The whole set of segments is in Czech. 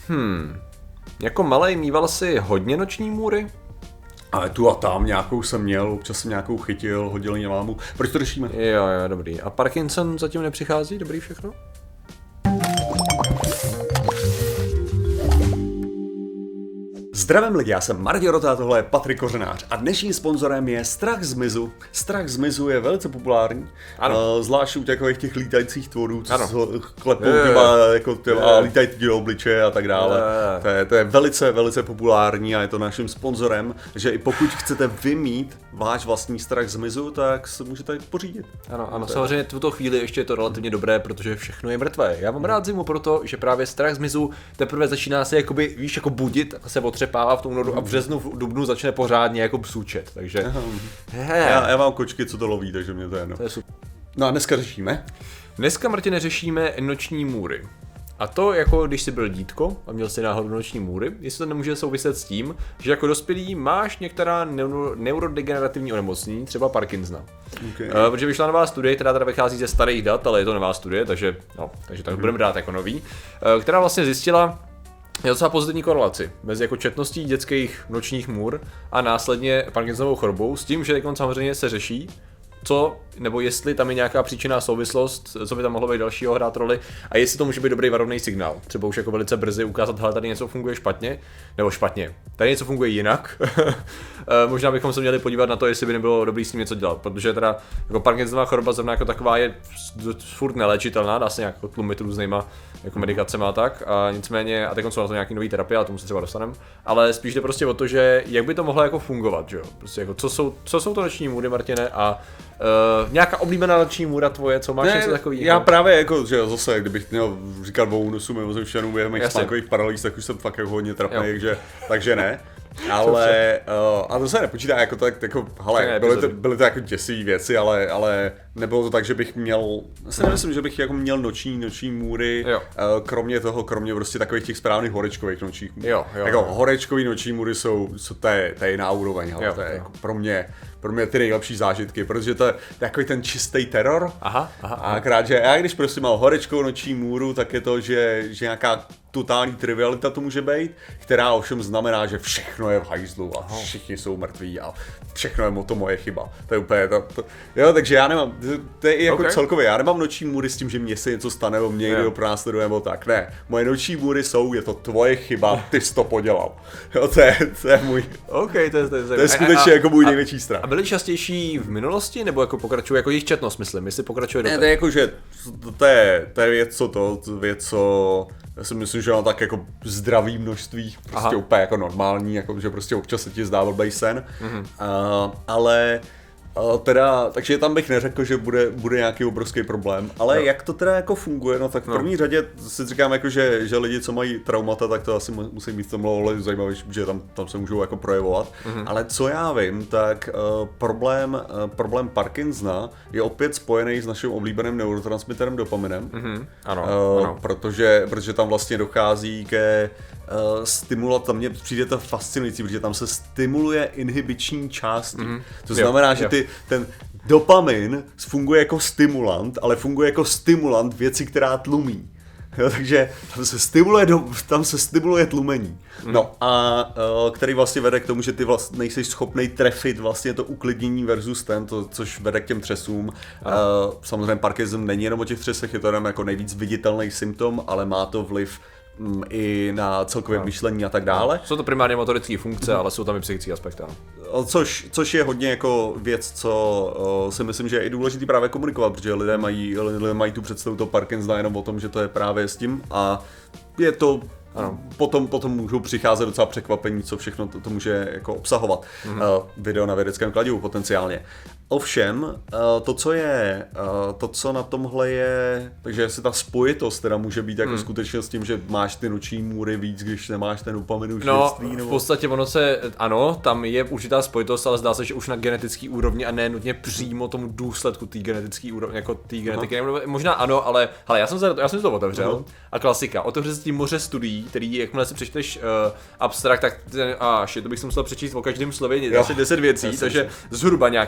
Jako malej mýval si hodně noční můry? Ale tu a tam nějakou jsem měl, občas jsem nějakou chytil, hodil mě mámu. Proč to řešíme? Jo, dobrý. A Parkinson zatím nepřichází? Dobrý všechno? Zdravím lidi, já jsem Martin Rota, tohle je Patrik Kořenář a dnešním sponzorem je Strach z Mizu. Strach z Mizu je velice populární, zvlášť u těch lítajících tvorů, co se klepou a lítají do obličeje a tak dále. To je velice, velice populární a je to naším sponzorem, že i pokud chcete vy mít váš vlastní strach z Mizu, tak se můžete pořídit. Ano, samozřejmě v tuto chvíli ještě je to relativně dobré, protože všechno je mrtvé. Já mám rád zimu proto, že právě strach z Mizu teprve začíná se jakoby, víš, jako budit, se otřepává v tom únoru a v březnu, v dubnu začne pořádně jako psučet, takže... Já mám kočky, co to loví, takže mě to je jedno. To je super. No a dneska řešíme? Dneska, Martine, řešíme noční můry. A to jako když jsi byl dítko a měl si náhodou noční můry, jestli to nemůže souviset s tím, že jako dospělý máš některá neurodegenerativní onemocnění, třeba Parkinsona. Okay. Protože vyšla nová studie, která teda vychází ze starých dat, ale je to nová studie, takže tak budeme dát jako nový, která vlastně zjistila docela pozitivní korelaci mezi jako četností dětských nočních můr a následně Parkinsonovou chorobou, s tím, že teď samozřejmě se řeší, co, nebo jestli tam je nějaká příčinná souvislost, co by tam mohlo být dalšího hrát roli a jestli to může být dobrý varovný signál. Třeba už jako velice brzy ukázat, hele, tady něco funguje špatně, nebo špatně, tady něco funguje jinak. Možná bychom se měli podívat na to, jestli by nebylo dobrý s tím něco dělat, protože teda jako Parkinsonová choroba zrovna jako taková je furt neléčitelná, dá se nějak tlumit různýma jako medikacemi a tak, a nicméně, a teď jsou na to nějaký nový terapie, a tomu se třeba dostaneme, ale spíš jde prostě o to, že jak by to mohlo jako fungovat, že jo? Prostě jako co jsou to noční můry, Martine, a nějaká oblíbená noční můra tvoje, co máš něco takového? Já právě jako, že zase, kdybych měl říkat o únosu mimozemšťanů během mých spánkových paralýz, tak už jsem fakt jako hodně trapný, takže ne. Ale a to se nepočítá jako tak, jako, hele, byly to jako děsivé věci, ale nebylo to tak, že bych měl, asi nemyslím, že bych jako měl noční můry, kromě prostě takových těch správných horečkových nočních můr. Jako horečkový noční můry jsou to je jiná úroveň, hele, to je jako pro mě ty nejlepší zážitky, protože to je takový ten čistý teror. A akorát, že já když prostě mám horečkou noční můru, tak je to, že nějaká totální trivialita to může být, která ovšem znamená, že všechno je v hajzlu a všichni jsou mrtví a všechno je to moje chyba. To je úplně jo, takže já nemám, to je jako celkově, já nemám noční můry s tím, že mně se něco stane, nebo mě někdo pronásleduje, nebo tak, ne. Moje noční můry jsou, je to tvoje chyba, ty jsi to podělal. Jo, to je můj, to je skutečně jako můj největší strach. A byly častější v minulosti, nebo jako pokračuje, jako jejich četnost, myslím, jestli pokračuje do to je jako, že to je věc, co já si myslím, že mám tak jako zdravý množství, prostě úplně jako normální, jako že prostě občas se ti zdá blbej sen, ale teda, takže tam bych neřekl, že bude nějaký obrovský problém, ale jak to teda jako funguje, no tak v první řadě si říkám jako, že lidi, co mají traumata, tak to asi musí mít v tomhle ohledu zajímavější, že tam se můžou jako projevovat, ale co já vím, tak problém Parkinsona je opět spojený s naším oblíbeným neurotransmiterem dopaminem, ano. Protože tam vlastně dochází ke tam mně přijde to fascinující, protože tam se stimuluje inhibiční části. To znamená, že ten dopamin funguje jako stimulant, ale funguje jako stimulant věci, která tlumí. Jo, takže tam se stimuluje tlumení. No a který vlastně vede k tomu, že ty vlastně nejsi schopnej trefit vlastně to uklidnění versus což vede k těm třesům. Samozřejmě Parkinson není jenom o těch třesech, je to jenom jako nejvíc viditelný symptom, ale má to vliv i na celkové myšlení a tak dále. Jsou to primárně motorické funkce, ale jsou tam i psychické aspekty. Což je hodně jako věc, co si myslím, že je i důležitý právě komunikovat, protože lidé mají tu představu toho Parkinsona jenom o tom, že to je právě s tím a je to potom můžou přicházet docela překvapení, co všechno to může jako obsahovat. Video na vědeckém kladivu potenciálně. Ovšem, to, co na tomhle je, takže jestli ta spojitost teda může být jako skutečně s tím, že máš ty noční můry víc, když nemáš ten dopamin už dětství, nebo... v podstatě tam je určitá spojitost, ale zdá se, že už na genetický úrovni a ne nutně přímo tomu důsledku té genetické úrovni, jako té genetiky. Možná ano, ale hele, já jsem to otevřel a klasika, otevřel si moře studií, který jakmile si přečteš abstrakt, tak to bych si musel přečíst o každém slově asi 10 věcí, takže zhruba nějaký dobře, takže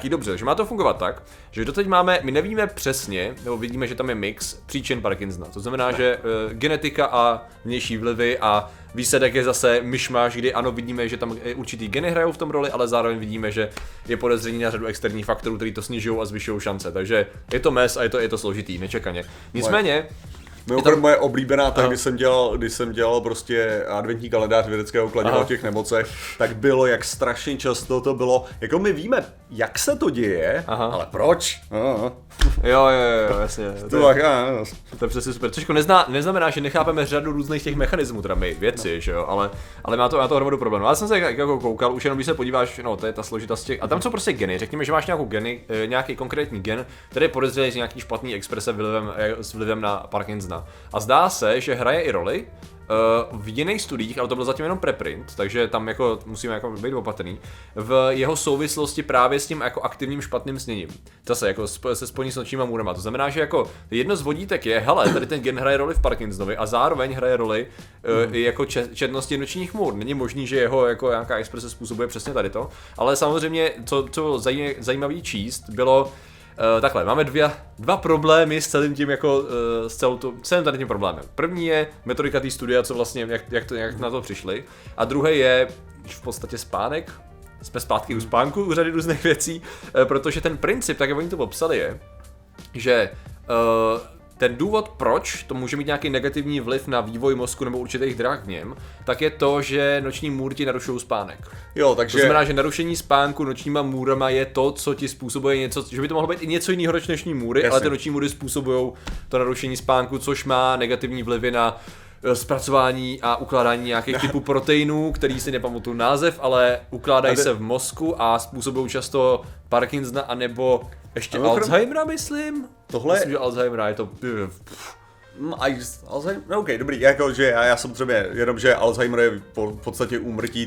má to fungovat tak, že doteď my nevíme přesně, nebo vidíme, že tam je mix příčin Parkinsona. To znamená, že genetika a vnější vlivy a výsledek je zase myšmaš, kdy ano, vidíme, že tam určitý geny hrajou v tom roli, ale zároveň vidíme, že je podezření na řadu externích faktorů, který to snižují a zvyšují šance. Takže je to mes a je to složitý, nečekaně. Nicméně mimochodem moje oblíbená, tak když jsem dělal prostě adventní kalendář vědeckého kladiva o těch nemocech, tak bylo, jak strašně často to bylo, jako my víme, jak se to děje, ale proč? Jo, jasně. To je přesně super. Což neznamená, že nechápeme řadu různých těch mechanismů, teda my věci, že jo, ale má to hromadu problémů. Já jsem se jako koukal, už jenom když se podíváš, to je ta složitost těch, a tam jsou prostě geny, řekněme, že máš nějaký konkrétní gen, který je podezřelý z nějaký špatný exprese s vlivem na Parkinsona. A zdá se, že hraje i roli v jiných studiích, ale to byl zatím jenom preprint, takže tam jako musíme jako být opatrný, v jeho souvislosti právě s tím jako aktivním špatným sněním. Zase jako se spojí s nočníma můrama. To znamená, že jako jedno z vodítek je, hele, tady ten gen hraje roli v Parkinsonovi a zároveň hraje roli jako četnosti nočních můr. Není možný, že jeho jako nějaká exprese způsobuje přesně tady to, ale samozřejmě co bylo zajímavý číst, bylo takhle, máme dva problémy s celým tím jako, celým tady tím problémem. První je metodika té studia, co vlastně, jak na to přišli. A druhý je v podstatě spánek. Jsme zpátky u spánku, u řady různých věcí, protože ten princip, tak jak oni to popsali, je, že ten důvod, proč to může mít nějaký negativní vliv na vývoj mozku nebo určitých drah v něm, tak je to, že noční můry ti narušují spánek. Jo, takže... To znamená, že narušení spánku nočníma můrama je to, co ti způsobuje něco, že by to mohlo být i něco jiného než noční můry, ale ty noční můry způsobují to narušení spánku, což má negativní vlivy na zpracování a ukládání nějakých typů proteinů, který si nepamatuju název, ale ukládají se v mozku a způsobují často Parkinsona anebo ještě Alzheimera, myslím. Myslím, že Alzheimera je to... OK, dobrý, jakože já samozřejmě, jenom že Alzheimer je v podstatě úmrtí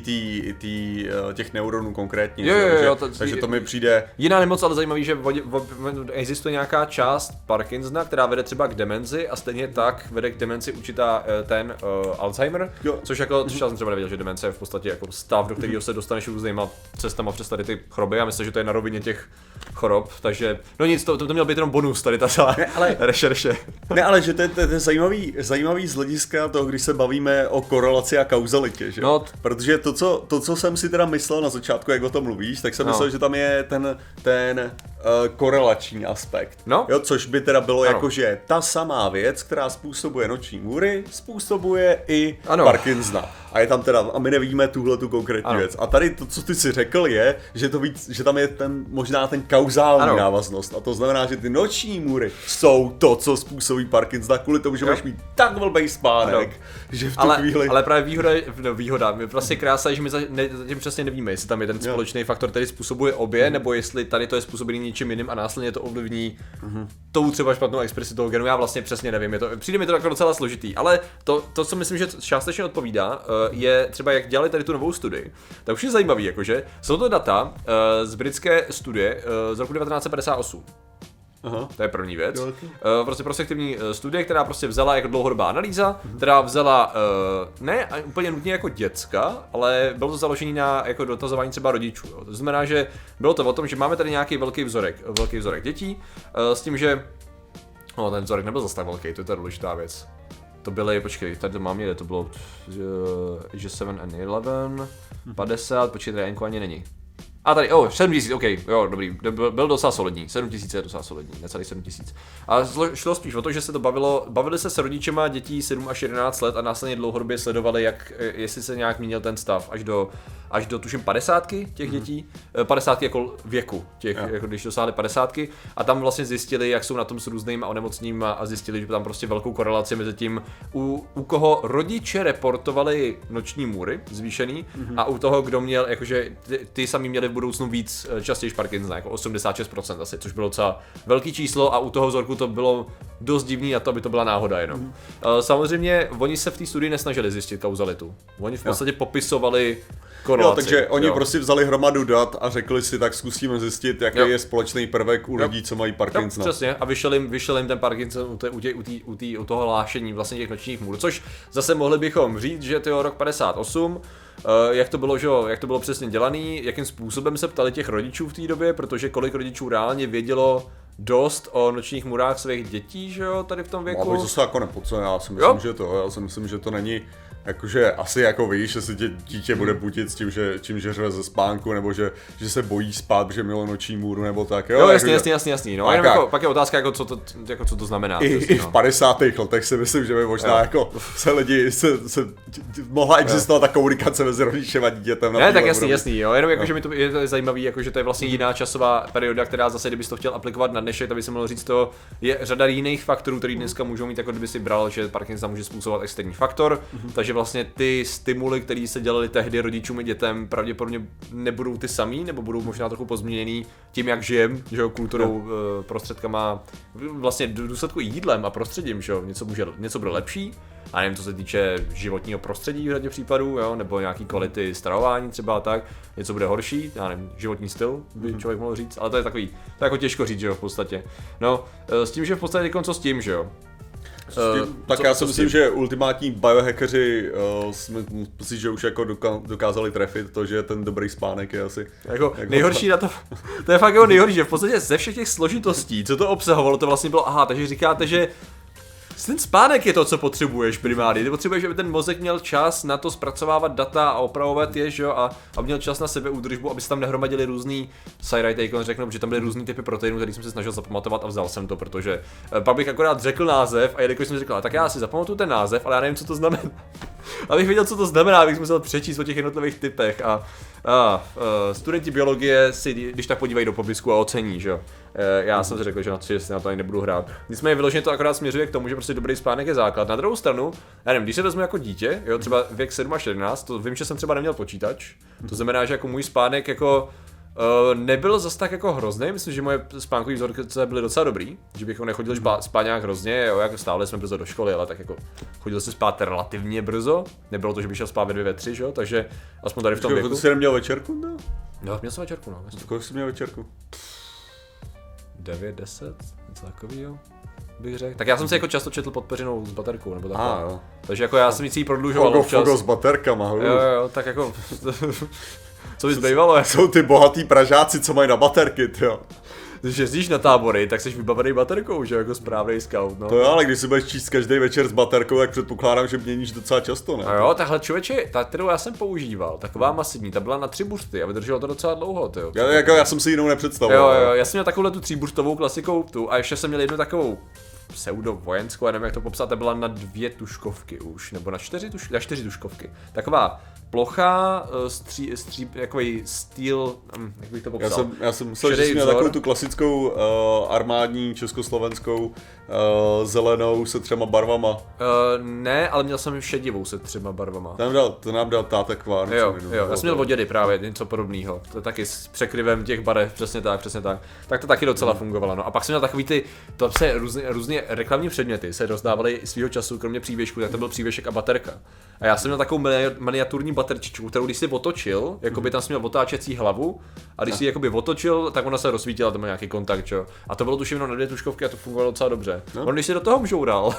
těch neuronů konkrétně, takže to mi přijde... Jiná nemoc, ale zajímavý, že existuje nějaká část Parkinsona, která vede třeba k demenci a stejně tak vede k demenci určitá ten Alzheimer, což já jsem třeba nevěděl, že demence je v podstatě jako stav, do kterého se dostaneš různýma cestama přes tady ty choroby. Já myslím, že to je na rovině těch chorob, takže no nic, to měl být jenom bonus tady ta celá rešerše. Ne, ale že to je zajímavý z hlediska toho, když se bavíme o korelaci a kauzalitě, že? Protože to, co jsem si teda myslel na začátku, jak o tom mluvíš, tak jsem myslel, že tam je ten korelační aspekt. Jo, což by teda bylo jako, že ta samá věc, která způsobuje noční můry, způsobuje i Parkinsona. A je tam teda, a my nevíme tuhletu konkrétní věc. A tady to, co ty si řekl, je, že tam je možná ten kauzální návaznost. A to znamená, že ty noční můry jsou to, co způsobí Parkinsona, kvůli tomu, že máš mít tak velbý spánek, že v tu chvíli... Ale právě výhoda, vlastně krása je, že my zatím přesně nevíme, jestli tam je ten společný faktor, který způsobuje obě, nebo jestli tady to je způsobený něčím jiným a následně to ovlivní tou třeba špatnou expresi toho genu, já vlastně přesně nevím, přijde mi to jako docela složitý, ale to, co myslím, že částečně odpovídá, je třeba jak dělali tady tu novou studii, tak už je zajímavý, jakože jsou to data z britské studie z roku 1958. To je první věc. Prostě prospektivní studie, která prostě vzala jako dlouhodobá analýza, která vzala ne úplně nutně jako děcka, ale bylo to založené na jako dotazování třeba rodičů. Jo. To znamená, že bylo to o tom, že máme tady nějaký velký vzorek dětí, s tím, že ten vzorek nebyl zase tak velký, to je ta důležitá věc. To byly, počkej, tady to mám někde, to bylo že 7 and 11, 50, počkej, tady N ani není. A tady, 7000, OK, jo, dobrý, byl docela solidní, 7000 je docela solidní, necelý 7000. A šlo spíš o to, že se to bavili se s rodičema dětí 7 až 11 let a následně dlouhodobě sledovali, jestli se nějak měnil ten stav až do tuším 50 těch dětí, 50 jako věku těch, jako když dosáhli 50 a tam vlastně zjistili, jak jsou na tom s různýma onemocněníma a zjistili, že tam prostě velkou korelaci mezi tím, u koho rodiče reportovali noční můry zvýšený a u toho, kdo měl, jakože ty sami měli v budoucnu víc častěji Parkinsona, jako 86% asi, což bylo docela velký číslo a u toho vzorku to bylo dost divný a to by to byla náhoda jenom. Samozřejmě oni se v té studii nesnažili zjistit kauzalitu. Oni v podstatě popisovali korelaci. Takže oni prostě vzali hromadu dat a řekli si, tak zkusíme zjistit, jaký je společný prvek u lidí, co mají Parkinsona. Přesně, a vyšel jim ten Parkinson u toho hlášení vlastně těch nočních můr, což zase mohli bychom říct, že rok 58 jak to bylo, že jo, jak to bylo přesně dělaný, jakým způsobem se ptali těch rodičů v té době, protože kolik rodičů reálně vědělo dost o nočních můrách svých dětí, že jo, tady v tom věku. Aby to se jako nepodceňuje, já si myslím, že to není, jakože asi jako víš, že se dítě bude budit s tím, že řve ze spánku, nebo že se bojí spát, že mělo noční můru, nebo tak, jo. Jo, jasný, no a jenom jako, pak je otázka, jako co to znamená. I v 50. letech si myslím, že by možná jako se lidi, se mohla existovat ta komunikace mezi rodičem a dítětem. Ne, tak jasný, jo, jenom jako, že mi to je zajímavý, jako, že to je vlastně jiná časová perioda, která zase, kdybys to chtěl aplikovat na dnešek, tak by se mohlo říct, to je řada jiných faktorů, který dneska můžou mít, jako kdyby si bral, že Parkinson může způsobovat externí faktor, takže vlastně ty stimuly, které se dělaly tehdy rodičům i dětem, pravděpodobně nebudou ty samý, nebo budou možná trochu pozměněný tím, jak žijem, že jo, kulturou, prostředkama, vlastně v důsledku jídlem a prostředím, že jo, něco bude lepší, a nevím, co se týče životního prostředí v řadě případů, jo, nebo nějaký kvality stravování třeba tak, něco bude horší, já nevím, životní styl by člověk mohl říct, ale to je takový, to je jako těžko říct, že jo, v podstatě. No, s tím, že v podstatě co s tím, že jo. Tak já si myslím, že ultimátní biohackeři myslím, že už jako dokázali trefit to, že ten dobrý spánek je asi jako nejhorší na to, to je fakt jako nejhorší, že v podstatě ze všech těch složitostí, co to obsahovalo, to vlastně bylo, takže říkáte, že ten spánek je to, co potřebuješ primárně. Ty potřebuješ, aby ten mozek měl čas na to zpracovávat data a opravovat je, že jo, a měl čas na sebeúdržbu, aby se tam nehromadili různý Cyrite, řeknu, že tam byly různý typy proteinů, který jsem se snažil zapamatovat a vzal jsem to, protože pak bych akorát řekl název a jelikož jsem řekl, tak já si zapamatuju ten název, ale já nevím, co to znamená. Abych věděl, co to znamená, abych musel přečíst o těch jednotlivých typech a studenti biologie si když tak podívají do popisku a ocení, že jo. Já jsem si řekl, že na to ani nebudu hrát. Nicméně vyloženě to akorát směřuje k tomu, že prostě dobrý spánek je základ. Na druhou stranu, já nevím, když se vezmu jako dítě, jo, třeba věk 7 až 11, to vím, že jsem třeba neměl počítač. To znamená, že jako můj spánek jako nebyl zas tak jako hrozný, myslím, že moje spánkové vzorce byly docela dobrý, že bych nechodil spát nějak hrozně, jo, jako stávali jsme brzo do školy, ale tak jako chodil jsem spát relativně brzo, nebylo to, že bych šel spát ve 2, ve 3, že jo, takže aspoň tady v tom věku. Ty jsi neměl večerku, no? No, měl jsem večerku, no. Kolik jsi měl večerku? 9, 10, něco takovýho bych řekl. Tak já jsem si jako často četl pod peřinou s baterkou, nebo takhle. Jo. Takže jako já jsem si ji prodlužoval občas. Fogo s baterkama, jo, tak jako co by zbývalo? Jsou ty bohatý Pražáci, co mají na baterky, jo. Když jezdíš na tábory, tak jsi vybavený baterkou, že jako správný scout, no. To jo, ale když si budeš číst každý večer s baterkou, tak předpokládám, že měníš docela často, ne? A jo, tahle člověče, ta, kterou já jsem používal, taková masivní, ta byla na 3 bursty a vydrželo to docela dlouho, tyjo. Já jsem si jinou nepředstavoval. Jo, já jsem měl takovouhle tu 3burstovou klasikou tu a ještě jsem měl jednu takovou pseudo vojenskou, já nevím jak to popsat, ta byla na 2 tuškovky už, nebo na 4 tuškovky. Taková plochá, jakový styl, jak bych to popsal. Já jsem myslel, že jsi měl takovou tu klasickou armádní československou zelenou se 3 barvama. Ne, ale měl jsem šedivou se 3 barvama. To nám dal táta Kvárn. Jo, já jsem měl od dědy právě něco podobného. To je taky s překryvem těch barev, přesně tak. Tak to taky docela fungovalo. No a pak jsem měl takový to se různě reklamní předměty se rozdávaly svýho času, kromě přívěšku, tak to byl přívěšek a baterka. A já jsem měl takovou miniaturní baterčičku, kterou když si otočil, jakoby tam jsem měl otáčecí hlavu a když si jakoby otočil, tak ona se rozsvítila, tam byl nějaký kontakt, čo? A to bylo tuším na 2 tuškovky a to fungovalo docela dobře. No. On když si do toho žoural,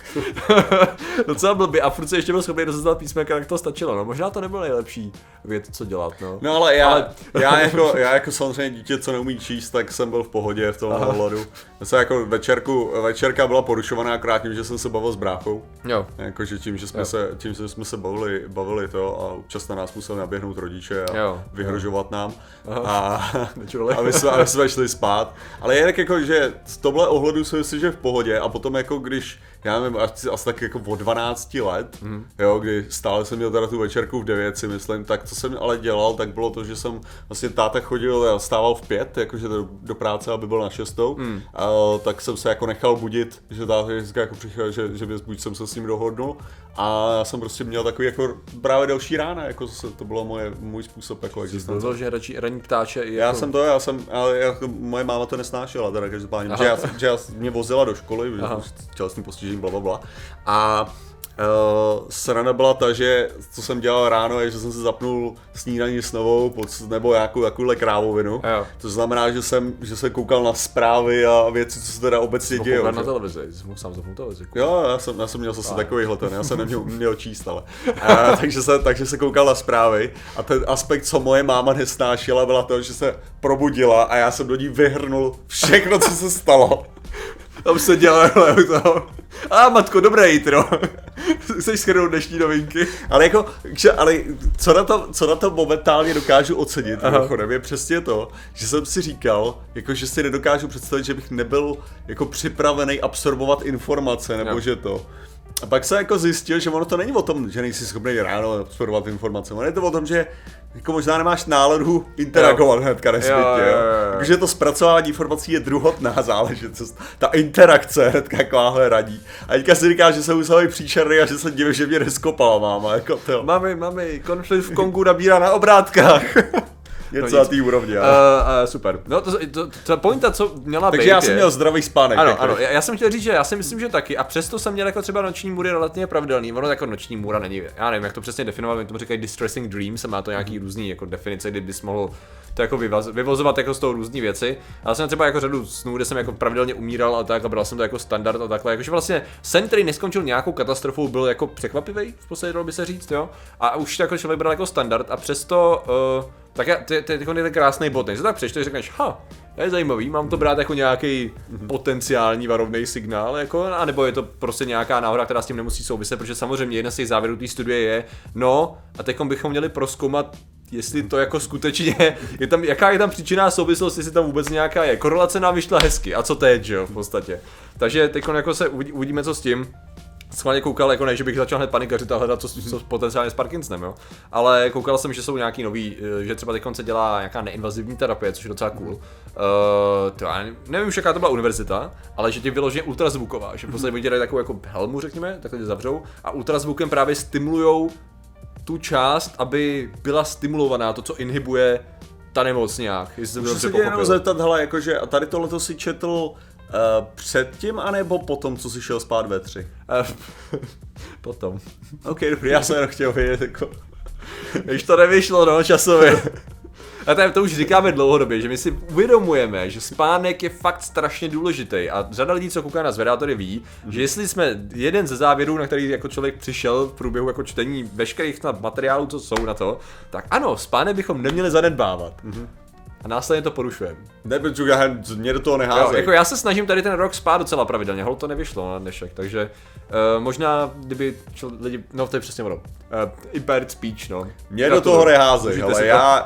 docela blbý a furt se ještě byl schopný rozeznat písmenka, tak to stačilo, no možná to nebylo nejlepší vědět, co dělat, no. No ale já jako samozřejmě dítě, co neumí číst, tak jsem byl v pohodě v tom ohledu. Já jako večerka byla porušovaná akorát tím, že jsem se bavil s bráchou. Jo. Jakože tím, že jsme se bavili to a občas na nás museli naběhnout rodiče a vyhrožovat nám. A my jsme šli spát. Ale jinak jako, že z tohle ohledu si myslím, že v pohodě a potom jako když já nevím, asi tak jako od 12 let, jo, kdy stále jsem měl teda tu večerku v 9, si myslím, tak co jsem ale dělal, tak bylo to, že jsem vlastně táta chodil, stával v 5, jakože do práce, aby byl na 6, tak jsem se jako nechal budit, že táta jako přišel, že buď jsem se s ním dohodnul a já jsem prostě měl takový jako právě delší rána, jako to bylo můj způsob jako existence. Byl, že radši ranní ptáče i jako... Ale jako moje máma to nesnášela, teda každopádně, že mě vozila do školy, tělesný postižení, blablabla. A sranda byla ta, že co jsem dělal ráno je, že jsem se zapnul snídaní s novou nebo jakouhle krávovinu. Jo. To znamená, že jsem koukal na zprávy a věci, co se teda obecně dějí. Na televizi, jsi mohl sám zapnout televizi. Jo, já jsem měl zase takovýhle ten, já jsem neměl číst, ale. Takže se koukal na zprávy a ten aspekt, co moje máma nesnášela, byla to, že se probudila a já jsem do ní vyhrnul všechno, co se stalo. Tam se dělá toho. Matko, dobré jítro. Chceš shrnout dnešní novinky? Ale co na to momentálně dokážu ocenit, je přesně to, že jsem si říkal, jako že si nedokážu představit, že bych nebyl jako připravený absorbovat informace, nebo že to. A pak se jako zjistil, že ono to není o tom, že nejsi schopný ráno absorbovat informace, ono je to o tom, že jako možná nemáš náladu interagovat hnedka nezbytně, takže to zpracování informací je druhotná záležitost, ta interakce hnedka takováhle radí. A teďka si říká, že jsem musel být příšerný a že se divím, že mě neskopala máma, jako to. Mami, konflikt v Kongu nabírá na obrátkách. Něco na té úrovni, super. No to pointa, co měla být. Takže já jsem měl zdravý spánek. Ano, já jsem chtěl říct, že já si myslím, že taky. A přesto jsem měl jako třeba noční můry relativně pravidelný. Ono jako noční můra není, já nevím, jak to přesně definovat, my tomu říkají distressing dreams, a má to nějaký různý jako definice, kdy bys mohl to jako vyvozovat jako z toho různý věci. Ale jsem třeba jako řadu snů, kde jsem jako pravidelně umíral a tak, a bral jsem to jako standard a takhle. Jakože vlastně sen, který neskončil nějakou katastrofou, byl jako překvapivý, v podstatě dalo by se říct, jo. A už to jako člověk bral jako standard a přesto tak to je ten krásný bod, než se tak přečteš, řekneš, to je zajímavý, mám to brát jako nějaký potenciální varovný signál, jako, anebo je to prostě nějaká náhoda, která s tím nemusí souviset, protože samozřejmě jedna z těch závěrů té studie je, a teďkom bychom měli prozkoumat, jestli to jako skutečně, jaká je tam příčinná souvislost, jestli tam vůbec nějaká je. Korelace nám vyšla hezky, a co teď, že jo, v podstatě. Takže teďkom jako se uvidíme, co s tím. Schválně koukal, jako ne, že bych začal hned panikařit a hledat, co potenciálně s Parkinsonem, jo. Ale koukal jsem, že jsou nějaký nový, že třeba teď se dělá nějaká neinvazivní terapie, což je docela cool. Já nevím už, jaká to byla univerzita, ale že tě vyloženě ultrazvuková, že v podstatě oni dělají takovou jako helmu, řekněme, takhle tě zavřou a ultrazvukem právě stimulujou tu část, aby byla stimulovaná, to, co inhibuje ta nemoc nějak, jestli jsem to dobře pochopil. Můžu se tě zeptat, hele, jakože, a tady tohleto si četl předtím, anebo potom, co jsi šel spát ve 3? Potom. OK, dobrý, já jsem jenom chtěl vědět, jako. Když to nevyšlo, časově. A to už říkáme dlouhodobě, že my si uvědomujeme, že spánek je fakt strašně důležitý a řada lidí, co kouká na Zvedátory, ví, že jestli jsme jeden ze závěrů, na který jako člověk přišel v průběhu jako čtení veškerých materiálů, co jsou na to, tak ano, spánek bychom neměli zanedbávat. A následně to porušujeme. Mě do toho neházej. Jako já se snažím tady ten rok spát docela pravidelně, to nevyšlo na dnešek, takže možná kdyby lidi, to je přesně ono, impaired speech, Mě do toho neházej, ale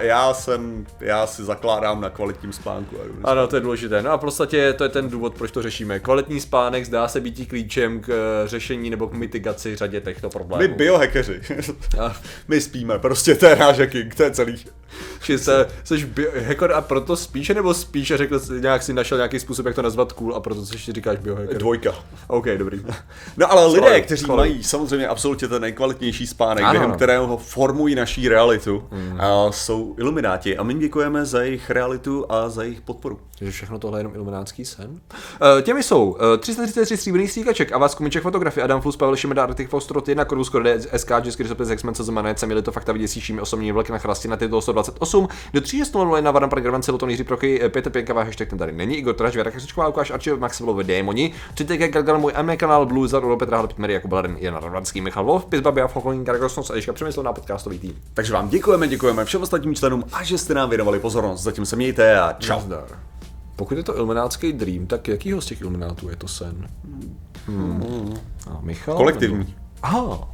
já si zakládám na kvalitním spánku. Ano, to je důležité, a v podstatě to je ten důvod, proč to řešíme. Kvalitní spánek zdá se být klíčem k řešení nebo k mitigaci řadě těchto problémů. My biohackeři, my spíme, prostě to je náš hacking, to je celý. Jsi hacker a proto spíše, nebo spíše řekl, nějak si našel nějaký způsob, jak to nazvat cool a proto si říkáš biohacker? 2. OK, dobrý. No ale lidé, kteří mají samozřejmě absolutně ten nejkvalitnější spánek, během kterého formují naší realitu, jsou ilumináti a my děkujeme za jejich realitu a za jejich podporu. Takže všechno tohle je jenom iluminátský sen? Těmi jsou 333 stříbrných stříkaček, Avaz Kumiček fotografie, Adam Flus, Pavel Šimeda, Arctic Fostrot, 1 Korvus Korde, SK, Český Ryzopis, X-Men, Cezemanec, Měli to fakta viděsíšími osobní vlek na chrasti na titul 128, do 3.00 na Varan Pragravan Celoton Jiří Proky, Petr Pěnkavá, hashtag ten tady není, Igor Traž, Věra Křečková, Lukáš Arčev, Maxilovi Démoni, 30 Gargal, můj ME kanál, Blue Zar, Ulo Petra, Halpit Mary, jako Baladen, Jan Radvanský, Michal Wolf, Pizbabi a Fokolín, Karagosnos a Eliška Přemysl na podcastový tým. Takže vám děkujeme všem ostatním členům a že jste nám věnovali pozornost. Zatím se mějte a čau. Pokud je to iluminátský dream, tak jakýho z těch iluminátů je to sen? A Michal? Kolektivní. Aha.